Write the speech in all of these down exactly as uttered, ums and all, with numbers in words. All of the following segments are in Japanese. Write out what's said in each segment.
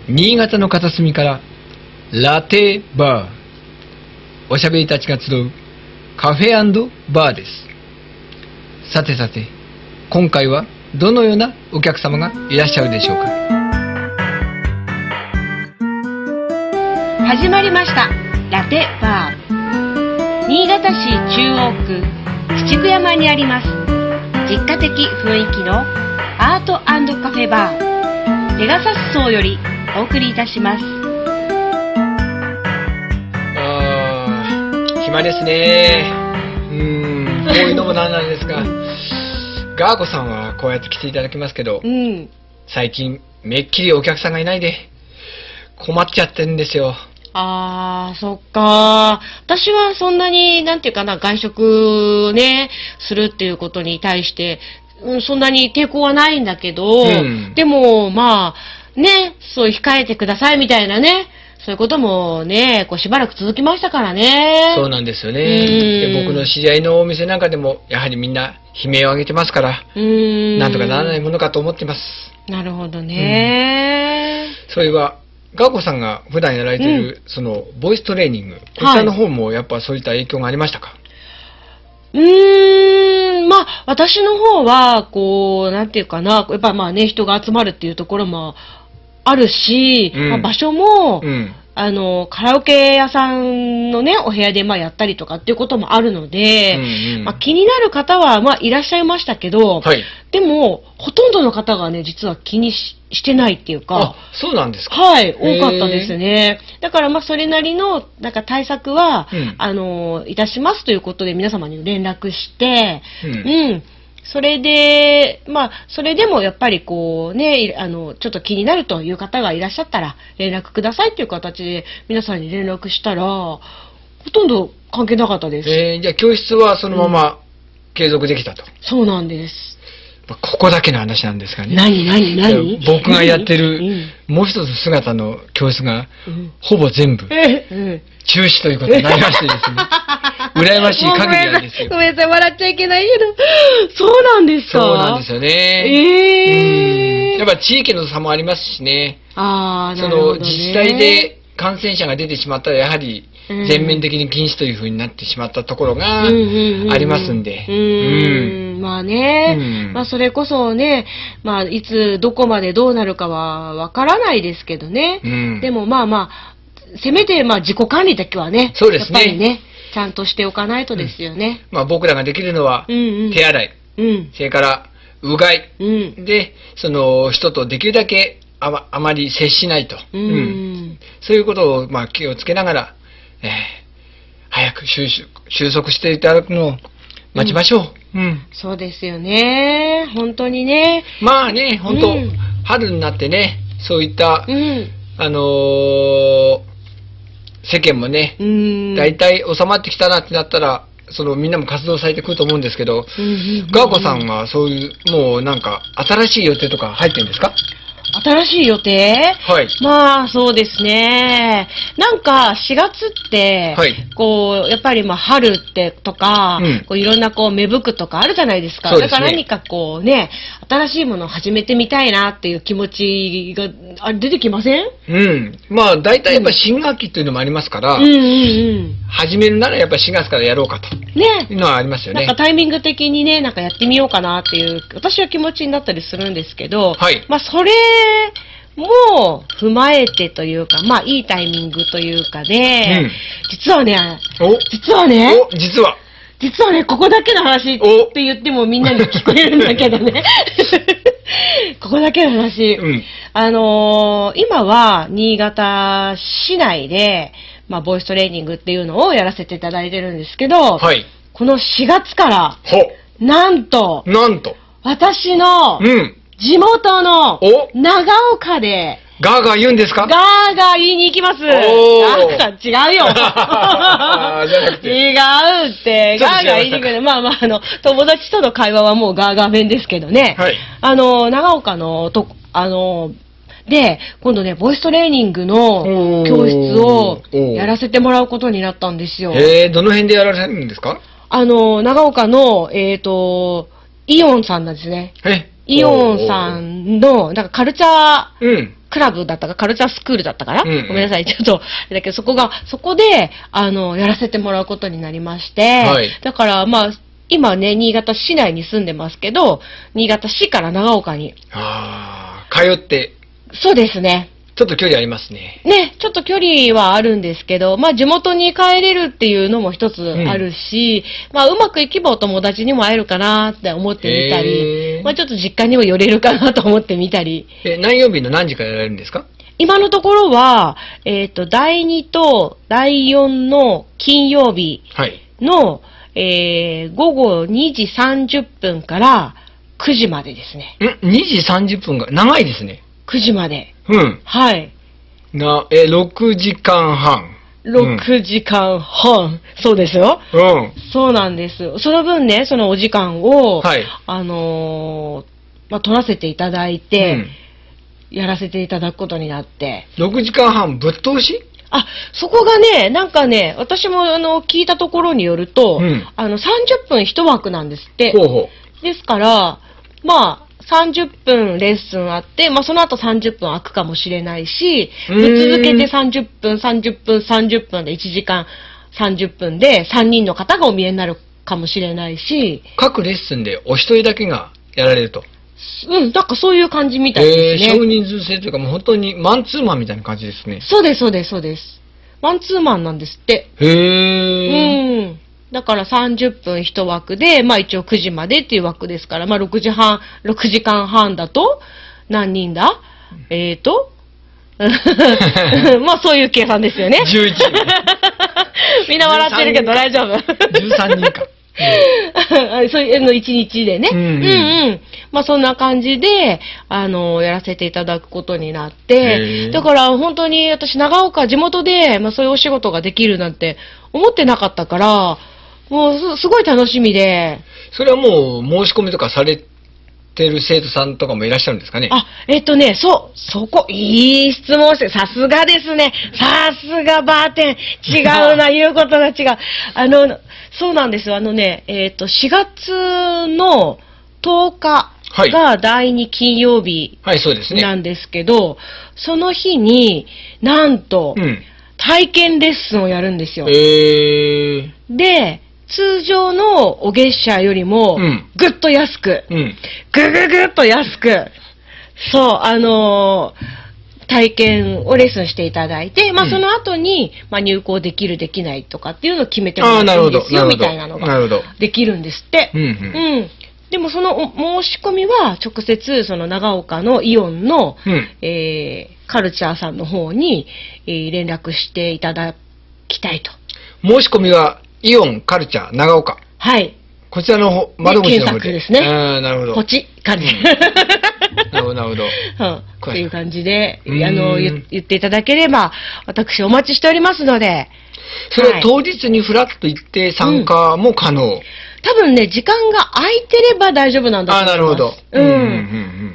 新潟の片隅からラテバー、おしゃべりたちが集うカフェ&バーです。さてさて、今回はどのようなお客様がいらっしゃるでしょうか。 始まりました、ラテバー。新潟市中央区土久山にあります、実家的雰囲気のアート&カフェバー、ペガサス荘よりお送りいたします。 あー、暇ですね。うーん、こういうのもなんなんですがガーコさんはこうやって来ていただきますけど、 うん、 最近めっきりお客さんがいないで困っちゃってるんですよ。 あー、そっか。私はそんなに、なんていうかな、外食ね、するっていうことに対して、うん、そんなに抵抗はないんだけど、うん、でも、まあ、ね、そう控えてくださいみたいなね、そういうこともね、こうしばらく続きましたからね。 そうなんですよね。で、僕の知り合いのお店なんかでも、やはりみんな悲鳴を上げてますから、うん、なんとかならないものかと思ってます。 なるほどね。 うん、それは、ガーコさんが普段やられている、うん、そのボイストレーニング、こちらの方もやっぱそういった影響がありましたか？ うーん、まあ私の方はこうなんていうかな、やっぱまあね、人が集まるっていうところもあるし、うん、まあ、場所も、うん、あのカラオケ屋さんのねお部屋でまあやったりとかっていうこともあるので、うんうん、まあ、気になる方はまあいらっしゃいましたけど、はい、でもほとんどの方がね実は気にししてないっていうか。 あ、そうなんですか。 はい、多かったですね。だからまあそれなりのなんか対策は、うん、あのいたしますということで皆様に連絡して、うん、うん、それでまあそれでもやっぱりこうね、あのちょっと気になるという方がいらっしゃったら連絡くださいという形で皆さんに連絡したらほとんど関係なかったです。 えー、じゃあ教室はそのまま継続できたと。うん、 そうなんです。 ここだけの話なんですがね。 何何何僕がやってる、うん、もう一つ姿の教室が、うん、ほぼ全部、中止ということになりましてですね。羨ましい限りなんですよ。 ごめんなさい、笑っちゃいけないけど。そうなんですか？ そうなんですよね。 えー、 やっぱ地域の差もありますしね。 ああ、なるほどね。 その自治体で感染者が出てしまったら、やはり、全面的に禁止という風になってしまったところがありますんで。 まあね、うん、まあそれこそね、まあいつどこまでどうなるかはわからないですけどね。うん、でもまあまあ、せめてまあ自己管理だけはね、 そうですね。 やっぱりね、ちゃんとしておかないとですよね。 うん、まあ僕らができるのは、手洗い、うんうん、それからうがい、うん、で、その人とできるだけあま、あまり接しないと。うんうん、そういうことをまあ気をつけながら、えー、早く収束、収束していただくのを待ちましょう。うん。うん、 そうですよね。本当にね。 まあね、本当、うん、春になってね、そういった、うん、あのー、世間もね、だいたい収まってきたなってなったら、そのみんなも活動されてくると思うんですけど、ガーコさんはそういう、もうなんか、新しい予定とか入ってるんですか？ 新しい予定？はい。まあ、そうですね。なんか、しがつって、はい、こう、やっぱりまあ、春ってとか、うん、こういろんなこう、芽吹くとかあるじゃないですか。そうですね。だから何かこうね、新しいものを始めてみたいなっていう気持ちが、あ出てきません？ うん。まあ、大体やっぱ新学期っていうのもありますから、うんうんうん、始めるならやっぱりしがつからやろうかと。ね。いうのはありますよね。 なんかタイミング的にね、なんかやってみようかなっていう、私は気持ちになったりするんですけど、はい。まあ、それ、も踏まえてというか、まあいいタイミングというかで、うん、実はね、実はね、 お実は、 実はね、ここだけの話って言ってもみんなに聞こえるんだけどね。ここだけの話。うん、あのー、今は新潟市内で、まあボイストレーニングっていうのをやらせていただいてるんですけど、はい、このしがつから、なんと、 なんと、 私の、うん地元の長岡でガーガー言うんですか？ ガーガー言いに行きます。ガーガー違うよ。違うって。ガーガー言いに行くね。まあまあ、あの、友達との会話はもうガーガー弁ですけどね。はい。あの、長岡のと、あの、で、今度ね、ボイストレーニングの教室をやらせてもらうことになったんですよ。 へえ、どの辺でやられるんですか？ あの、長岡の、えっと、イオンさんなんですね。えイオンさんの、なんかカルチャー、うん、 クラブだったか、カルチャースクールだったかな、うん、ごめんなさい、ちょっと、だけどそこが、そこで、あの、やらせてもらうことになりまして、はい、だから、まあ、今ね、新潟市内に住んでますけど、新潟市から長岡に。 ああ、通って。 そうですね。 ちょっと距離ありますね。 ね、ちょっと距離はあるんですけど、まあ地元に帰れるっていうのも一つあるし、うん、まあうまくいけばお友達にも会えるかなって思ってみたり、まあちょっと実家にも寄れるかなと思ってみたり。 え、何曜日の何時からやられるんですか？ 今のところは、えっと、だいにとだいよんの金曜日の、はい、えー、午後にじさんじゅっぷんからくじまでですね。 ん ?にじさんじゅっぷんが長いですね。 くじまで。 うん。 はい。 な、え、ろくじかんはん。 ろくじかんはん。うん、そうですよ。 うん。 そうなんです。その分ね、そのお時間を、 はい、 あのー、まあ、取らせていただいて、うん、やらせていただくことになって。 ろくじかんはんぶっ通し？ あ、そこがね、なんかね、私もあの、聞いたところによると、うん、あの、さんじゅっぷん一枠なんですって。 ほうほう。 ですから、まあ、さんじゅっぷんレッスンあって、まあその後さんじゅっぷん空くかもしれないし、ぶっ続けてさんじゅっぷん、さんじゅっぷん、さんじゅっぷんでいちじかんさんじゅっぷんでさんにんの方がお見えになるかもしれないし。 各レッスンでお一人だけがやられると。 うん、なんかそういう感じみたいですね。 えー、少人数制というかもう本当にマンツーマンみたいな感じですね。 そうです、そうです、そうです。マンツーマンなんですって。 へー。 うん。だからさんじゅっぷん一枠で、まあ一応くじまでっていう枠ですから、まあろくじはん、ろくじかんはんだと、何人だえーと、まあそういう計算ですよね。 じゅういちにん。 みんな笑ってるけど大丈夫。 じゅうさんにんか。 うん、そういうの一日でね。うん、うん、うんうん。まあそんな感じで、あの、やらせていただくことになって、だから本当に私長岡地元で、まあそういうお仕事ができるなんて思ってなかったから、もうす、すごい楽しみで。 それはもう申し込みとかされてる生徒さんとかもいらっしゃるんですかね？ あ、えっとね、そう、そこ、いい質問して、さすがですね。さすがバーテン。違うな、言うことが違う。あの、そうなんですよ。あのね、えっと、しがつのとおかがだいに金曜日なんですけど、はいはい、そ, その日になんと、うん、体験レッスンをやるんですよ。 へー。 で、通常のお月謝よりも、ぐっと安く、うん、ぐぐぐっと安く、そう、あのー、体験をレッスンしていただいて、まあ、その後に、まあ、入校できる、できないとかっていうのを決めてもらうんですよ、みたいなのができるんですって。うん、うん。でもその申し込みは直接その長岡のイオンの、うん、えー、カルチャーさんの方に、えー、連絡していただきたいと。 申し込みはイオンカルチャー長岡。 はい。 こちらの窓口の方で。 検索ですね。 ああ、なるほど。 こっち感じ。うん、 なるほど、なるほど。 うん。っていう感じで、あの、言っていただければ、私お待ちしておりますので。 それは当日にフラッと行って参加も可能、うん、 多分ね、時間が空いてれば大丈夫なんだと思います。あ、なるほど。うん。うんうんうん、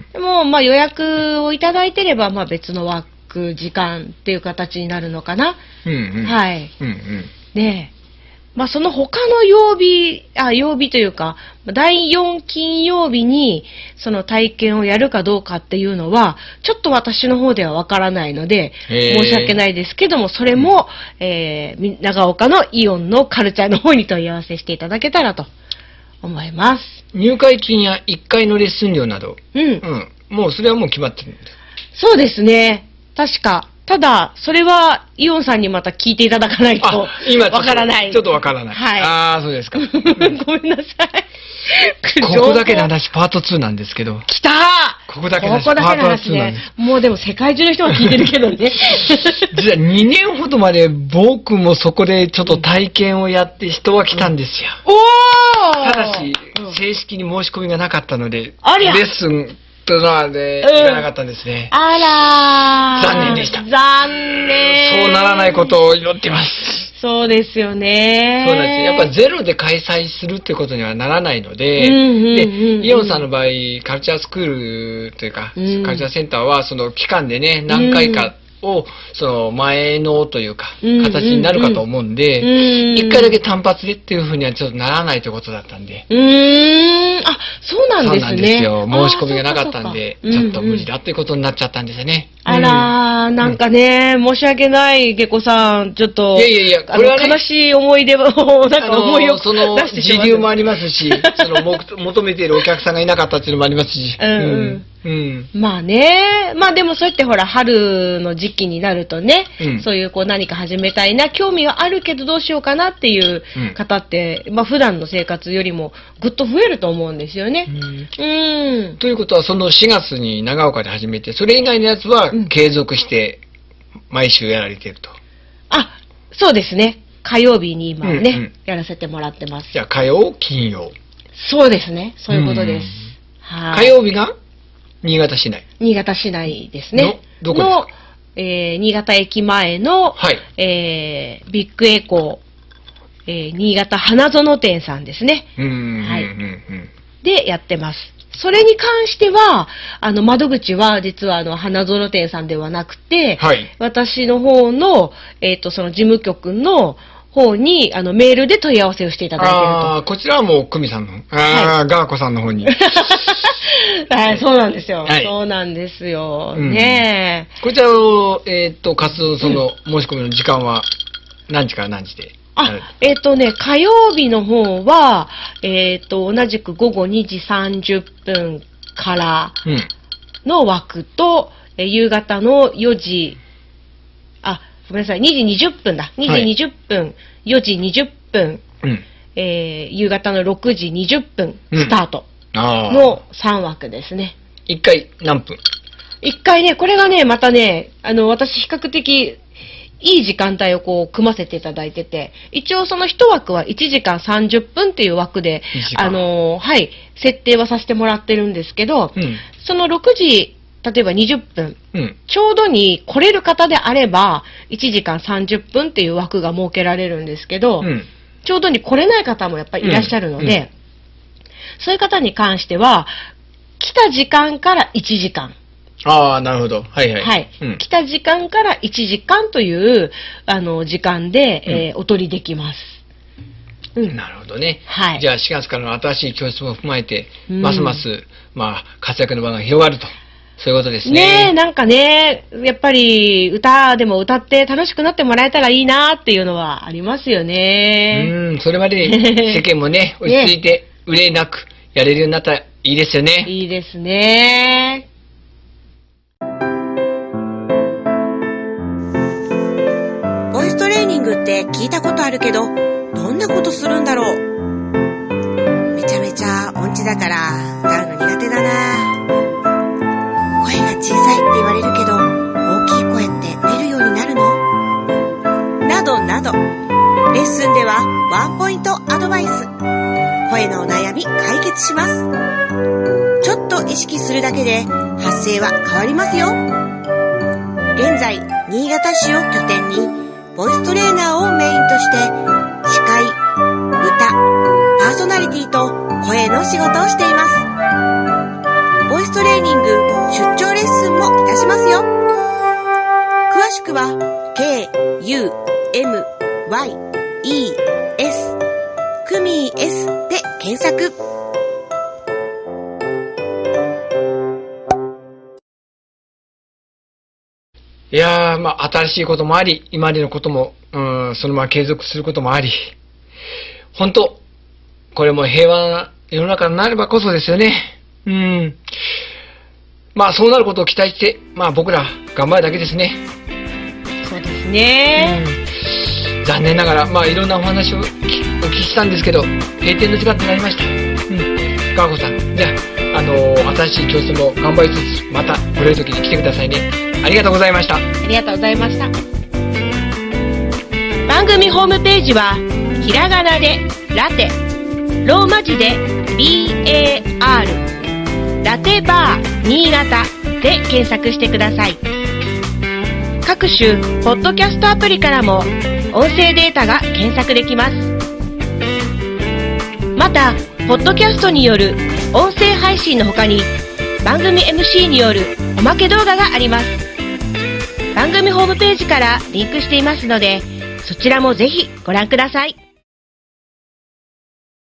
でも、まあ予約をいただいてれば、まあ別の枠、時間っていう形になるのかな。うんうん、はい。うんうん、で、まあその他の曜日、あ、曜日というか、だいよん金曜日にその体験をやるかどうかっていうのは、ちょっと私の方ではわからないので、申し訳ないですけども、それも、えー、長岡のイオンのカルチャーの方に問い合わせしていただけたらと思います。 入会金やいっかいのレッスン料など、うん。うん。もうそれはもう決まってるんです。 そうですね。確か。ただ、それは、イオンさんにまた聞いていただかないと、わからない。 ちょっとわからない。はい。ああ、そうですか。 ごめんなさい。 ここだけの話、パートツーなんですけど。 来たーここだけの話、パートツーなんです。 もうでも世界中の人が聞いてるけどね。 実はにねんほどまで僕もそこでちょっと体験をやって人は来たんですよ。 うん、おーただし、正式に申し込みがなかったので、レッスン、というので、いかなかったんですね。 うん、あらー。残念でした。 残念。 そうならないことを祈っています。 そうですよね。 そうなんです。やっぱゼロで開催するっていうことにはならないので、うんうんうんうん、で、イオンさんの場合、カルチャースクールというか、うん、カルチャーセンターはその期間でね、何回かを、その前のというか、形になるかと思うんで、一、うん、回だけ単発でっていうふうにはちょっとならないということだったんで。 うーん、あ、そうなんですね。そうなんですよ。申し込みがなかったんで、ちょっと無理だっていうことになっちゃったんですよね。 あらー、なんかね、申し訳ない、下戸さん。ちょっと、 いやいやいや、 これは、ね、悲しい思い出を、なんか思いを出してしまう。 その、時流もありますし、その、求めているお客さんがいなかったっていうのもありますし。うんうんうん、まあね、まあでもそうやってほら、春の時期になるとね、うん、そういうこう何か始めたいな、興味はあるけどどうしようかなっていう方って、うん、まあ普段の生活よりもぐっと増えると思うんですよね。うん。 うんということは、そのしがつに長岡で始めて、それ以外のやつは継続して毎週やられていると。うん、 あ、そうですね。火曜日に今ね、うんうん、やらせてもらってます。 じゃあ火曜、金曜。 そうですね。そういうことです。 はい。火曜日が新潟市内。 新潟市内ですね。 の、どこですか？の、 えー、新潟駅前の、 はい、 えー、ビッグエコー、えー、新潟花園店さんですね。 うん。 はい。で、やってます。それに関しては、あの、窓口は実はあの、花園店さんではなくて、 はい、 私の方の、えっと、その事務局の、方に、あの、メールで問い合わせをしていただいていると。 ああ、こちらはもう、久美さんの、ああ、はい、ガーコさんの方に。 はい、そうなんですよ。はい、そうなんですよ。うん、ねえ。こちらの、えー、っと、活動、その、申し込みの時間は、何時から何時で？ あ、えっ、ー、とね、火曜日の方は、えっ、ー、と、同じく午後にじさんじゅっぷんからの枠と、うん、え夕方のよじ、あ、ごめんなさい、にじにじゅっぷんだ。にじにじゅっぷん、はい、よじにじゅっぷん、 うん、 えー、夕方のろくじにじゅっぷんスタートのさん枠ですね。 いっかい何分？ いっかいね、これがね、またね、あの、私比較的いい時間帯をこう組ませていただいてて、一応そのいち枠はいちじかんさんじゅっぷんっていう枠で、あの、はい、設定はさせてもらってるんですけど、 うん、 そのろくじ、例えばにじゅっぷん、 うん、 ちょうどに来れる方であれば、いちじかんさんじゅっぷんっていう枠が設けられるんですけど、 うん、 ちょうどに来れない方もやっぱりいらっしゃるので、うんうん、そういう方に関しては、来た時間からいちじかん。 ああ、なるほど。はいはい。 はい。うん、来た時間からいちじかんという、あの、時間で、うん、えー、お取りできます。 うん、なるほどね。 はい。 じゃあしがつからの新しい教室も踏まえて、うん、ますます、まあ、活躍の場が広がると。そういうことですね。 ねえ、なんかね、やっぱり歌でも歌って楽しくなってもらえたらいいなっていうのはありますよね。 うん、それまでに世間もね、落ち着いて、憂いなくやれるようになったらいいですよね。 いいですね。 ボイストレーニングって聞いたことあるけど、どんなことするんだろう。めちゃめちゃ音痴だから歌うの苦手だな。声が小さいって言われるけど、大きい声って出るようになるの？などなど、レッスンではワンポイントアドバイス。声のお悩み解決します。ちょっと意識するだけで発声は変わりますよ。現在、新潟市を拠点に、ボイストレーナーをメインとして、司会、歌、パーソナリティと声の仕事をしています。ボイストレーニング、出張レッスンもいたしますよ。詳しくは ケー ユー エム ワイ イー エス クミー S で検索。 いやー、まあ新しいこともあり、今までのことも、うん、そのまま継続することもあり、本当これも平和な世の中になればこそですよね。うん。まあそうなることを期待して、まあ僕ら頑張るだけですね。 そうですね。 うん、残念ながら、まあいろんなお話をお聞きしたんですけど、閉店の時間となりました。うん。ガーコさん、じゃあ、あのー、新しい教室も頑張りつつ、また来れる時に来てくださいね。ありがとうございました。ありがとうございました。番組ホームページは、ひらがなでラテ、ローマ字で ビーエーアール、ラテバー新潟で検索してください。各種ポッドキャストアプリからも音声データが検索できます。また、ポッドキャストによる音声配信の他に番組 エムシー によるおまけ動画があります。 番組ホームページからリンクしていますので、そちらもぜひご覧ください。